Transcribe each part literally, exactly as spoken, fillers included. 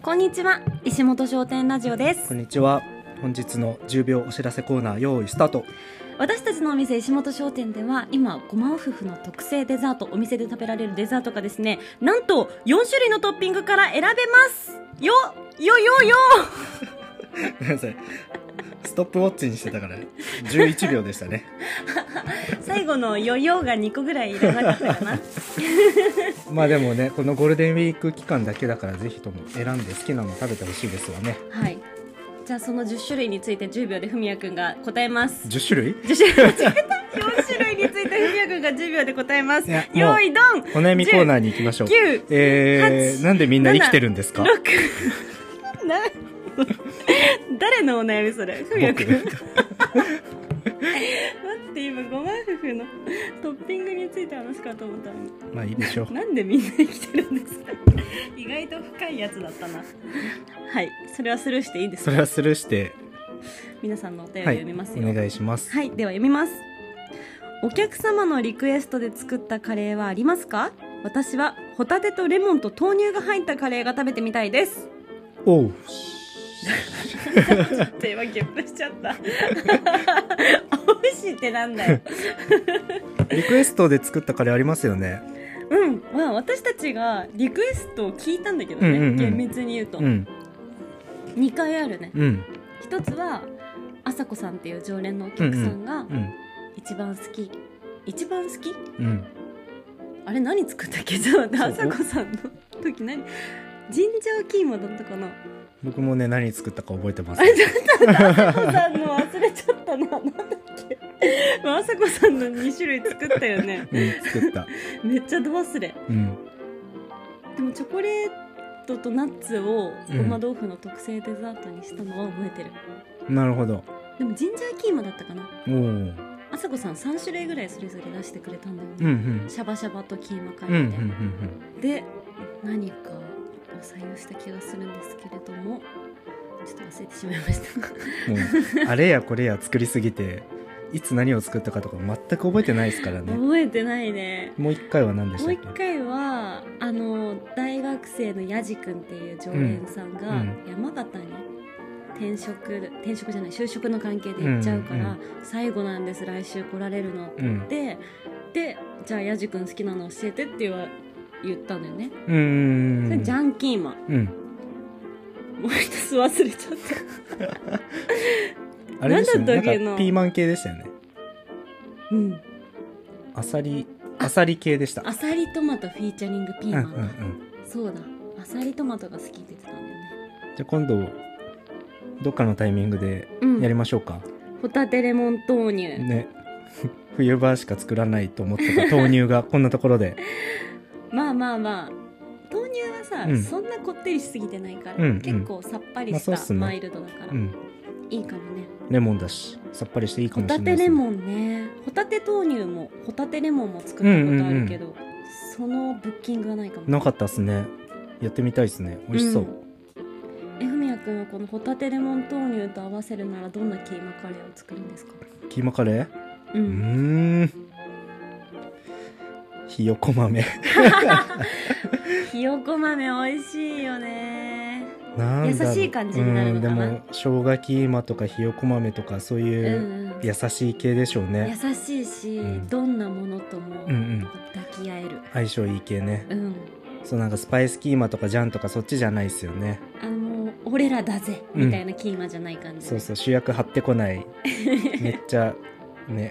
こんにちは、石本商店ラジオです。 こんにちは。本日のじゅうびょうお知らせコーナー用意スタート。 私たちのお店石本商店では今ごま夫婦の特製デザート、お店で食べられるデザートがですね、なんとよんしゅるいのトッピングから選べますよよよよごめんなさい、ストップウォッチにしてたからじゅういちびょうでしたね最後のよよがにこぐらいいらなかったかなまあでもね、このゴールデンウィーク期間だけだからぜひとも選んで好きなの食べてほしいですわね。 はい、じゃあそのじゅっしゅるいについてじゅうびょうでふみやくんが答えます。 じゅっしゅるいじゅっしゅるい間違えたよんしゅるいについてふみやくんがじゅうびょうで答えます。用意ドン。 お悩みコーナーに行きましょう。 きゅう、 えー、なんでみんな生きてるんですか？ ろくな誰のお悩みそれ？ふみやくん待って今ごま夫婦のトッピングについて話すかと思ったのに。 まあいいでしょう。 なんでみんな生きてるんですか？意外と深いやつだったな。はい、それはスルーしていいですか？ それはスルーして皆さんのお便りはい読みますよ。 お願いします。 はい、では読みます。お客様のリクエストで作ったカレーはありますか？私はホタテとレモンと豆乳が入ったカレーが食べてみたいです。 おうちょっと今ゲップしちゃったおいしいってなんだよリクエストで作ったカレーありますよね。 うん、まあ、私たちがリクエストを聞いたんだけどね、うんうんうん、厳密に言うと、うん、にかいあるね、うん、ひとつはあさこさんっていう常連のお客さんが一番好き、うんうん、一番好き、うん、あれ何作ったっけ？ちょっと待って、あさこさんの時何ジンジャーキーマだったかな。 僕もね、何作ったか覚えてます。 あれちょっとあさこさんの忘れちゃったな。なんだっけあさこさんのにしゅるい作ったよね、 うん、作っためっちゃど忘れ、うん、でもチョコレートとナッツをごま豆腐の特製デザートにしたのは覚えてる、 うん、なるほど。 でもジンジャーキーマだったかな。 おー、あさこさんさんしゅるいぐらいそれぞれ出してくれたんだよね、 うんうん、 シャバシャバとキーマカレーで、うんうんうんうん、で何かを採用した気がするんですけれどもちょっと忘れてしまいましたもうあれやこれや作りすぎていつ何を作ったかとか全く覚えてないですからね。 覚えてないね。 もう一回は何でしたっけ？ もう一回はあの大学生のやじくんっていう常連さんが山形に転職、うん、転職じゃない就職の関係で行っちゃうから、うんうん、最後なんです来週来られるのって言って、うん、でじゃあやじくん好きなの教えてって言わ言ったんだよね。 うんうんうん、 それジャンキーマ、うん、もう一つ忘れちゃったあれですよね、 なんだったっけな。 なんかピーマン系でしたよね。うん。アサリ、アサリ系でした。 アサリトマトフィーチャリングピーマンだ、うんうんうん、そうだ、アサリトマトが好きって言ってたんだよね。 じゃあ今度どっかのタイミングでやりましょうか、 うん、ホタテレモン豆乳ね冬場しか作らないと思ってた豆乳がこんなところでまあまあまあ豆乳はさ、うん、そんなこってりしすぎてないから、うんうん、結構さっぱりした、まあね、マイルドだから、うん、いいかもね。 レモンだしさっぱりしていいかもしれないですね。 ホタテレモンね。ホタテ豆乳もホタテレモンも作ったことあるけど、うんうんうん、そのブッキングはないかも、ね、 なかったっすね。やってみたいですね。美味しそう、うん、 えふみやくんはこのホタテレモン豆乳と合わせるならどんなキーマカレーを作るんですか？ キーマカレー、うん、うーんひよこ豆ひよこ豆美味しいよね。 なん優しい感じになるのかな、 うん、でも生姜キーマとかひよこ豆とかそういう優しい系でしょうね、 うん、優しいし、うん、どんなものとも抱き合える、うんうん、 相性いい系ね、うん、そうなんかスパイスキーマとかジャンとかそっちじゃないですよね。 あの俺らだぜみたいなキーマじゃない感じ、ね、 うん、そうそう主役張ってこないめっちゃね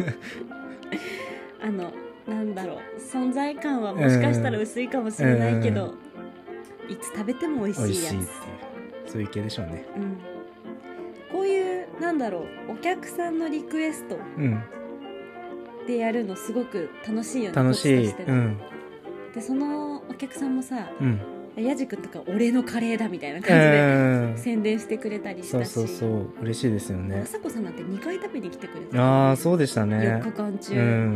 あのなんだろう、存在感はもしかしたら薄いかもしれないけど、うんいつ食べても美味しいやつ、美味しいっていうそういう系でしょうね、 うん、こういうなんだろうお客さんのリクエストでやるのすごく楽しいよね。 楽しい、うん、 でそのお客さんもさ、うん、やじくんとか俺のカレーだみたいな感じで宣伝してくれたりしたし、 そうそうそう嬉しいですよね。 あさこさんなんてにかい食べに来てくれた、ね、 ああそうでしたね。 よっかかん中、うん、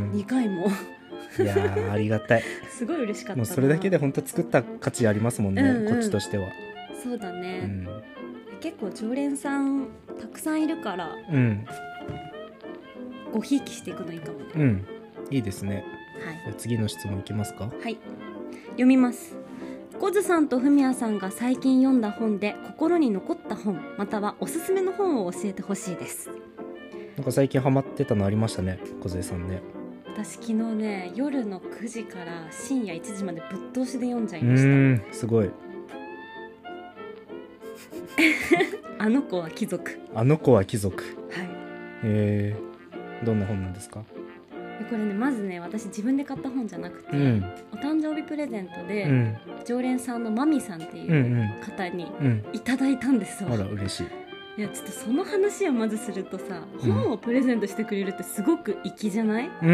にかいもいやーありがたいすごい嬉しかったな。 もうそれだけで本当作った価値ありますもんね、うんうん、こっちとしては。 そうだね、うん、結構常連さんたくさんいるから、うん、ごひいきしていくのいいかもね。 うんいいですね、 はい、 次の質問いきますか。 はい読みます。 コズさんとフミヤさんが最近読んだ本で心に残った本、またはおすすめの本を教えてほしいです。 なんか最近ハマってたのありましたね、小杉さんね。 私昨日ね、夜のくじから深夜いちじまでぶっ通しで読んじゃいました。 うーん、すごい。 あの子は貴族。 あの子は貴族。 はい。 えー、どんな本なんですか？ これね、まずね、私自分で買った本じゃなくて、 うん、 お誕生日プレゼントで、うん、常連さんのマミさんっていう方にいただいたんですよ。 うんうん、あら嬉しい。 いや、ちょっとその話をまずするとさ、本をプレゼントしてくれるってすごく粋じゃない？ うん、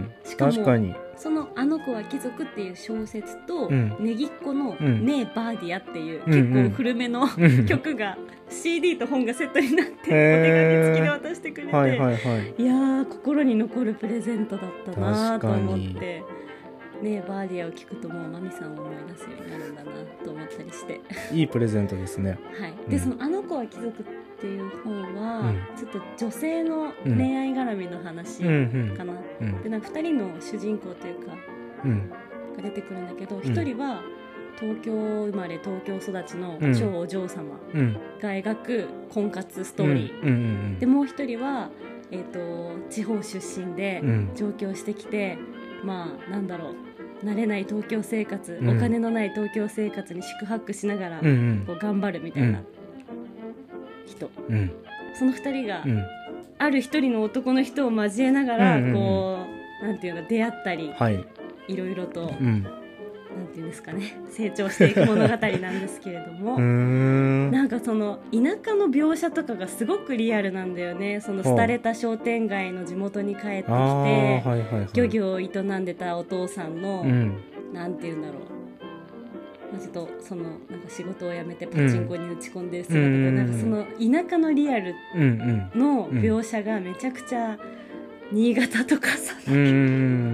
しかも確かに。 そのあの子は貴族っていう小説と、うん、ねぎっこのねえバーディアっていう、うん、結構古めの、うん、曲が シーディー と本がセットになってお手紙付きで渡してくれて、はいはいはい、いやー心に残るプレゼントだったなと思って、ねえバーディアを聞くともうマミさんを思い出すようになるんだなと思ったりしていいプレゼントですね。 はい。で、うん、そのあの子は貴族っていう本は、うん、ちょっと女性の恋愛絡みの話かな、うん、でなんかふたりの主人公というか、うん、が出てくるんだけど、ひとりは東京生まれ東京育ちの超お嬢様が描く婚活ストーリー、でもうひとりは、えーと、地方出身で上京してきて、うん、まあなんだろう、慣れない東京生活、うん、お金のない東京生活に四苦八苦しながら、うんうん、こう頑張るみたいな人、うん、そのふたりが、うん、ある一人の男の人を交えながら、うんうんうん、こうなんていうの出会ったり、はい、いろいろと、うん、なんていうんですかね、成長していく物語なんですけれどもなんかその田舎の描写とかがすごくリアルなんだよね。その廃れた商店街の地元に帰ってきて、はいはいはい、漁業を営んでたお父さんの、うん、なんていうんだろう、ちょっとそのなんか仕事を辞めてパチンコに打ち込んでる姿で、うん、なんかその田舎のリアルの描写がめちゃくちゃ新潟とかさ、うん、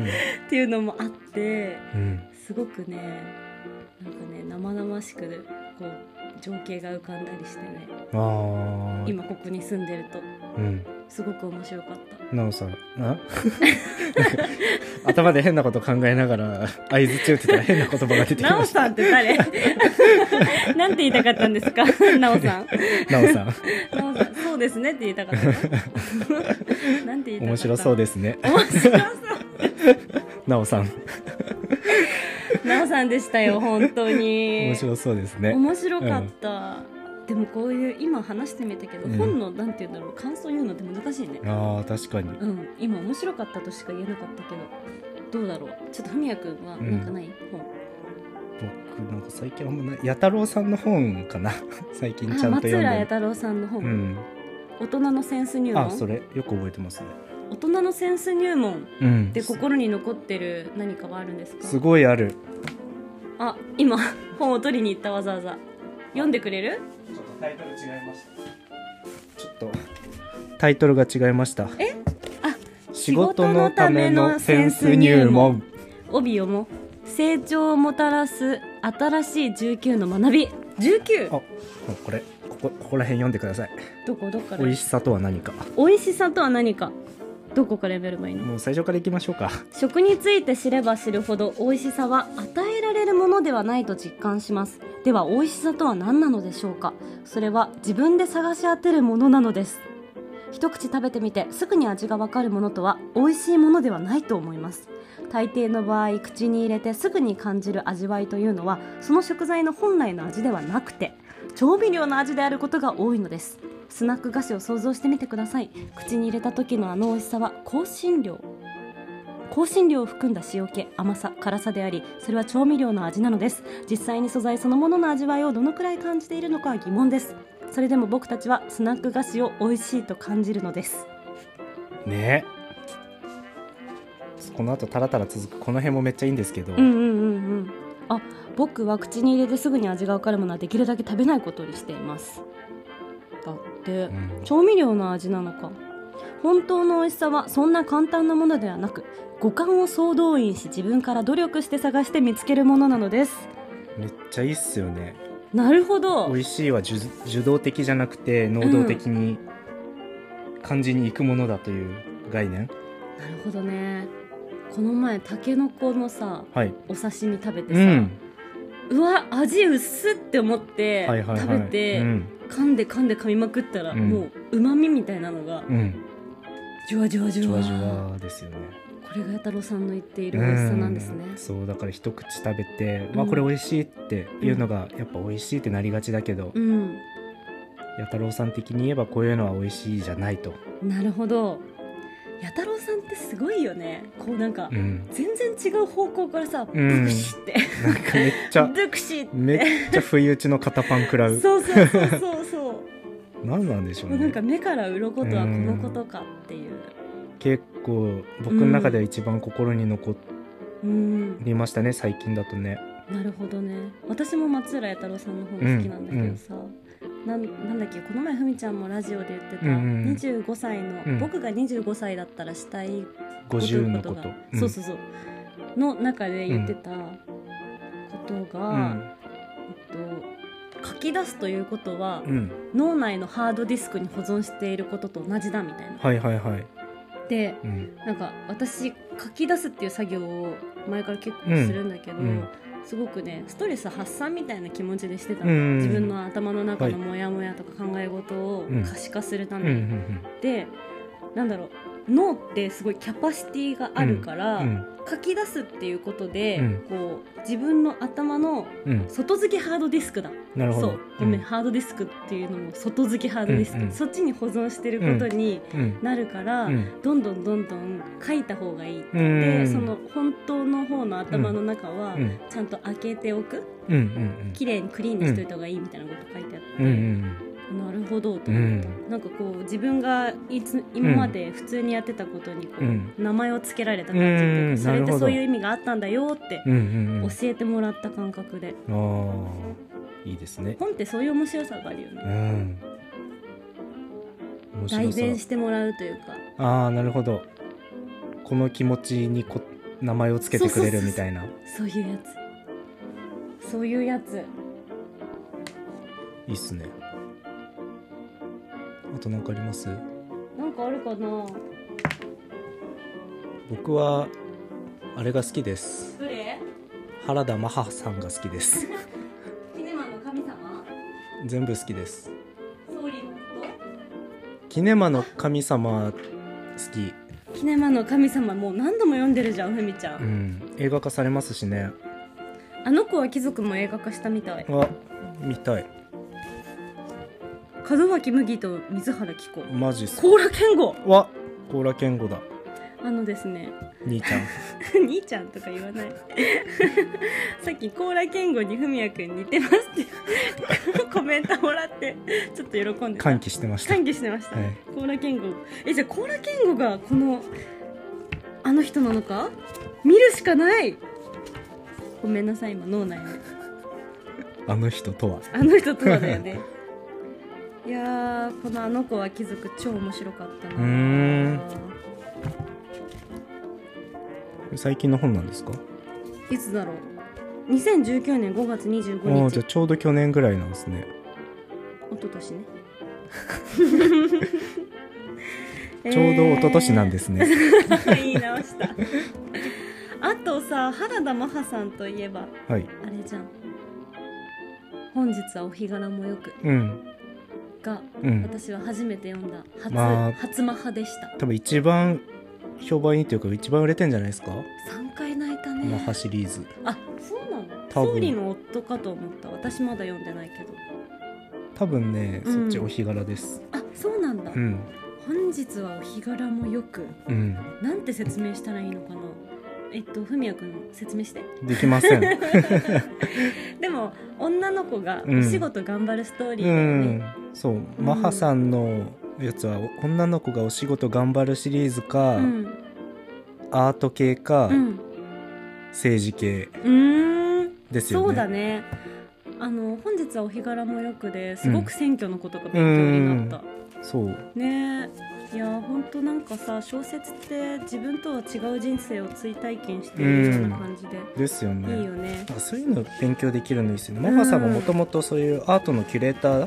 っていうのもあって、うん、すごくね、なんかね生々しくこう情景が浮かんだりしてね、あ今ここに住んでると、うん、すごく面白かった。 なおさん、あ頭で変なこと考えながら相づち打ってたら変な言葉が出てきました。 なおさんって誰なんて言いたかったんですか？なおさんなおさんそうですねって言いたかったなんて言いたかった？ 面白そうですね。 面白そうなおさんなおさんでしたよ、本当に面白そうですね。 面白かった、うん、でもこういう今話してみたけど、うん、本のなんて言うんだろう、感想言うのって難しいね。 あー確かに、 うん、今面白かったとしか言えなかったけど、どうだろう。ちょっとふみやくんはなんかない、うん、本。 僕なんか最近あんまない。弥太郎さんの本かな最近ちゃんと読んで。 松浦弥太郎さんの本、うん、大人のセンス入門。 あ、それよく覚えてますね。 大人のセンス入門で心に残ってる何かはあるんですか？ すごいある。 あ、今本を取りに行った。わざわざ読んでくれる？ ちょっとタイトル違いました。ちょっとタイトルが違いました。 え？あ、 仕事のためのセンス入門。 帯をも成長をもたらす新しいじゅうきゅうの学び。じゅうきゅう。 あ、これここここら辺読んでください。 どこどっから？ 美味しさとは何か。 美味しさとは何か。どこから読めればいいの？ もう最初からいきましょうか。 食について知れば知るほど美味しさは与えられるものではないと実感します。では美味しさとは何なのでしょうか？それは自分で探し当てるものなのです。一口食べてみてすぐに味がわかるものとは美味しいものではないと思います。大抵の場合、口に入れてすぐに感じる味わいというのはその食材の本来の味ではなくて調味料の味であることが多いのです。スナック菓子を想像してみてください。口に入れた時のあの美味しさは香辛料香辛料を含んだ塩気、甘さ、辛さであり、それは調味料の味なのです。実際に素材そのものの味わいをどのくらい感じているのかは疑問です。それでも僕たちはスナック菓子を美味しいと感じるのですね。この後タラタラ続くこの辺もめっちゃいいんですけど、 うんうんうんうん、あ、僕は口に入れてすぐに味が分かるものはできるだけ食べないことにしています。だって、うん、調味料の味なのか。本当の美味しさはそんな簡単なものではなく、五感を総動員し自分から努力して探して見つけるものなのです。 めっちゃいいっすよね。 なるほど。 美味しいは受動的じゃなくて能動的に感じに行くものだという概念、うん、なるほどね。この前タケノコのさ、はい、お刺身食べてさ、 うん、 うわ味薄って思って食べて、うん、噛んで噛んで噛みまくったら、うん、もううまみみたいなのが、うん、じゅわじゅわじゅわじゅわじゅわですよね。 これが弥太郎さんの言っている美味しさなんですね。 うん、そうだから一口食べて、うん、まあこれ美味しいっていうのがやっぱ美味しいってなりがちだけど、うん、弥太郎さん的に言えばこういうのは美味しいじゃないと。 なるほど。弥太郎さんってすごいよね。こうなんか、うん、全然違う方向からさ、ブクシってなんかめっちゃブクシってめっちゃ不意打ちの肩パン食らうそうそうそうそうそう何なんでしょうね。 なんか目から鱗とはこのことかっていう、 結構僕の中では一番心に残りましたね、うん、最近だとね。 なるほどね。私も松浦弥太郎さんの方が好きなんだけどさ、うんうんな, なんだっけこの前ふみちゃんもラジオで言ってた、うんうん、にじゅうごさいの、うん、僕がにじゅうごさいだったらしたいごじゅうのことが、 うん、そうそうそうの中で言ってたことが、うんえっと、書き出すということは、うん、脳内のハードディスクに保存していることと同じだみたいな。 はいはいはい。 で、うん、なんか私書き出すっていう作業を前から結構するんだけど、うんうんすごくねストレス発散みたいな気持ちでしてたの、うん、自分の頭の中のモヤモヤとか考え事を可視化するために、うん、でなんだろう脳ってすごいキャパシティがあるから、うん、書き出すっていうことで、うん、こう自分の頭の外付けハードディスクだ、 うん、なるほど。 そうごめん、うん、ハードディスクっていうのも外付けハードディスク、うんうん、そっちに保存してることになるから、うん、どんどんどんどん書いた方がいいって言って、うん、その本当の方の頭の中はちゃんと開けておく、うんうん、綺麗にクリーンにしといた方がいいみたいなこと書いてあって、うんうんなるほどと思って、うん、なんかこう自分がいつ今まで普通にやってたことにこう、うん、名前をつけられた感じっていうか、うん、それってそういう意味があったんだよって教えてもらった感覚で、 うんうんうん、あいいですね。 本ってそういう面白さがあるよね、うん、代弁してもらうというか、 ああなるほど、この気持ちにこ名前をつけてくれるみたいな、 そういうやつそういうやついいっすね。あと何かあります？ なんかあるかな。 僕はあれが好きです。 どれ？ 原田マハさんが好きですキネマの神様？ 全部好きです。 総理のこと？ キネマの神様好き。キネマの神様もう何度も読んでるじゃんふみちゃん、 うん、映画化されますしね。 あの子は貴族も映画化したみたい。 あ見たい。 門脇麦と水原希子。 マジっすか。 高良健吾わ高良健吾だ。 あのですね兄ちゃん兄ちゃんとか言わないさっき高良健吾に文也くん似てますってコメントもらってちょっと喜んでた。 歓喜してました歓喜してました、はい、高良健吾えじゃあ高良健吾がこのあの人なのか見るしかない。ごめんなさい今脳内であの人とはあの人とはだよねいやーこのあの子は貴族超面白かったな。うーん最近の本なんですか？ いつだろう。にせんじゅうきゅうねんごがつにじゅうごにち。 あじゃあちょうど去年ぐらいなんですね。 一昨年ねちょうど一昨年なんですね、 えー、言い直したあとさ原田マハさんといえば、はい、あれじゃん本日はお日柄もよく、うんが、うん、私は初めて読んだ初、まあ、初マハでした。 多分一番評判いいというか一番売れてんじゃないですか。 さんかい泣いたねマハシリーズ。 あそうなの。総理の夫かと思った。私まだ読んでないけど多分ね、うん、そっちお日柄です。 あそうなんだ、うん、本日はお日柄もよく、うん、なんて説明したらいいのかな。えっと、ふみやくん説明して。 できませんでも女の子がお仕事頑張るストーリーだよね、うんうん、 そう、うん、マハさんのやつは女の子がお仕事頑張るシリーズか、うん、アート系か、うん、政治系ですよね。 そうだね。あの本日はお日柄もよくですごく選挙のことが勉強になった、 うん、そうね。いや本当なんかさ小説って自分とは違う人生を追体験しているような感じで、 うん、ですよね。 いいよね。 そういうの勉強できるのいいですよね。マハさんももともとそういうアートのキュレータ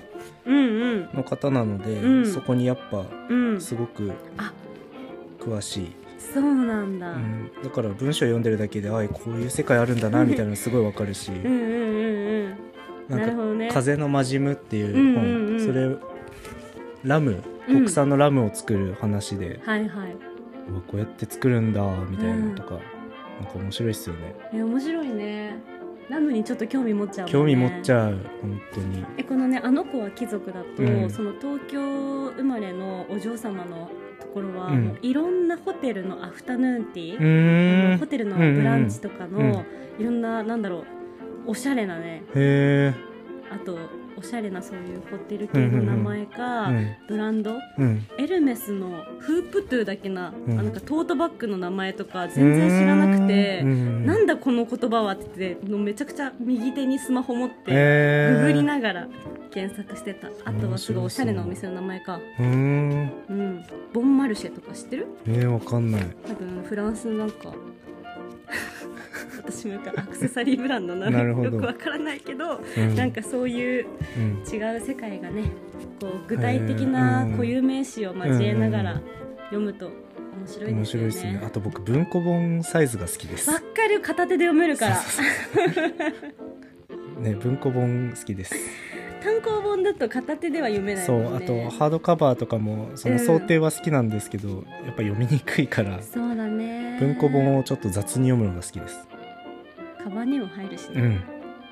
ーの方なので、うんうん、そこにやっぱすごく詳しい、 うん、 そうなんだ、うん、 だから文章読んでるだけであこういう世界あるんだなみたいなのすごいわかるしうんうんうんうんなんか、ね、風のマジムっていう本、うんうんうん、それラム国産のラムを作る話で、 うん、はいはいこうやって作るんだみたいなのとか、うん、なんか面白いっすよね。 え面白いね。ラムにちょっと興味持っちゃうもんね。 興味持っちゃう本当に。 えこのねあの子は貴族だと、うん、その東京生まれのお嬢様のところは、うん、もういろんなホテルのアフタヌーンティー、あのホテルのブランチとかの、うんうん、いろんななんだろうおしゃれなねへあとおしゃれなそういうホテル系の名前か、うんうんうん、ブランド、うん、エルメスのフープトゥーだけな、うん、あなんかトートバッグの名前とか全然知らなくて、うん、なんだこの言葉はって言ってめちゃくちゃ右手にスマホ持ってググりながら検索してた。あとはすごいおしゃれなお店の名前かうん、うん、ボンマルシェとか知ってる？ えー、わかんない。 多分フランスなんか私もアクセサリーブランドなのよくわからないけど、うん、なんかそういう違う世界がねこう具体的な固有名詞を交えながら読むと面白いですよね。面白いですね。 あと僕文庫本サイズが好きです。 わかる片手で読めるからね文庫本好きです。 単行本だと片手では読めないもんね。 そうあとハードカバーとかもその想定は好きなんですけど、うん、やっぱ読みにくいからそうだね文庫本をちょっと雑に読むのが好きです。 カバンにも入るしね、 うん、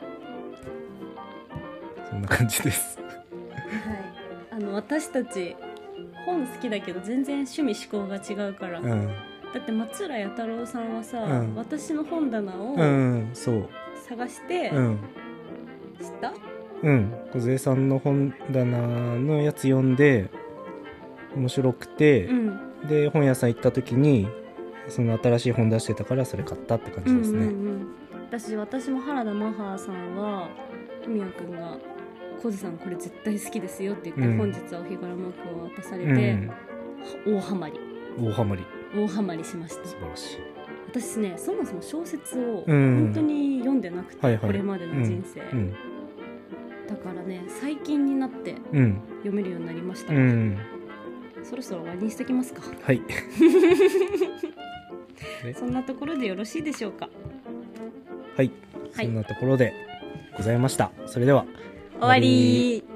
そんな感じですはいあの私たち本好きだけど全然趣味思考が違うから、うん、だって松浦弥太郎さんはさ、うん、私の本棚を探して、うん、知った？ うん梢さんの本棚のやつ読んで面白くて、うん、で本屋さん行った時にその新しい本出してたからそれ買ったって感じですね、うんうんうん私, 私も原田マハさんは文也くんが小津さんこれ絶対好きですよって言って、うん、本日はお日柄マークを渡されて、うん、大ハマり大ハマり大ハマりしました。 素晴らしい。 私ねそもそも小説を本当に読んでなくて、うん、これまでの人生、うんうん、だからね最近になって読めるようになりました、うん、そろそろ終わりにしてきますか。 はいそんなところでよろしいでしょうか。 はい、はい、そんなところでございました。それでは終わり。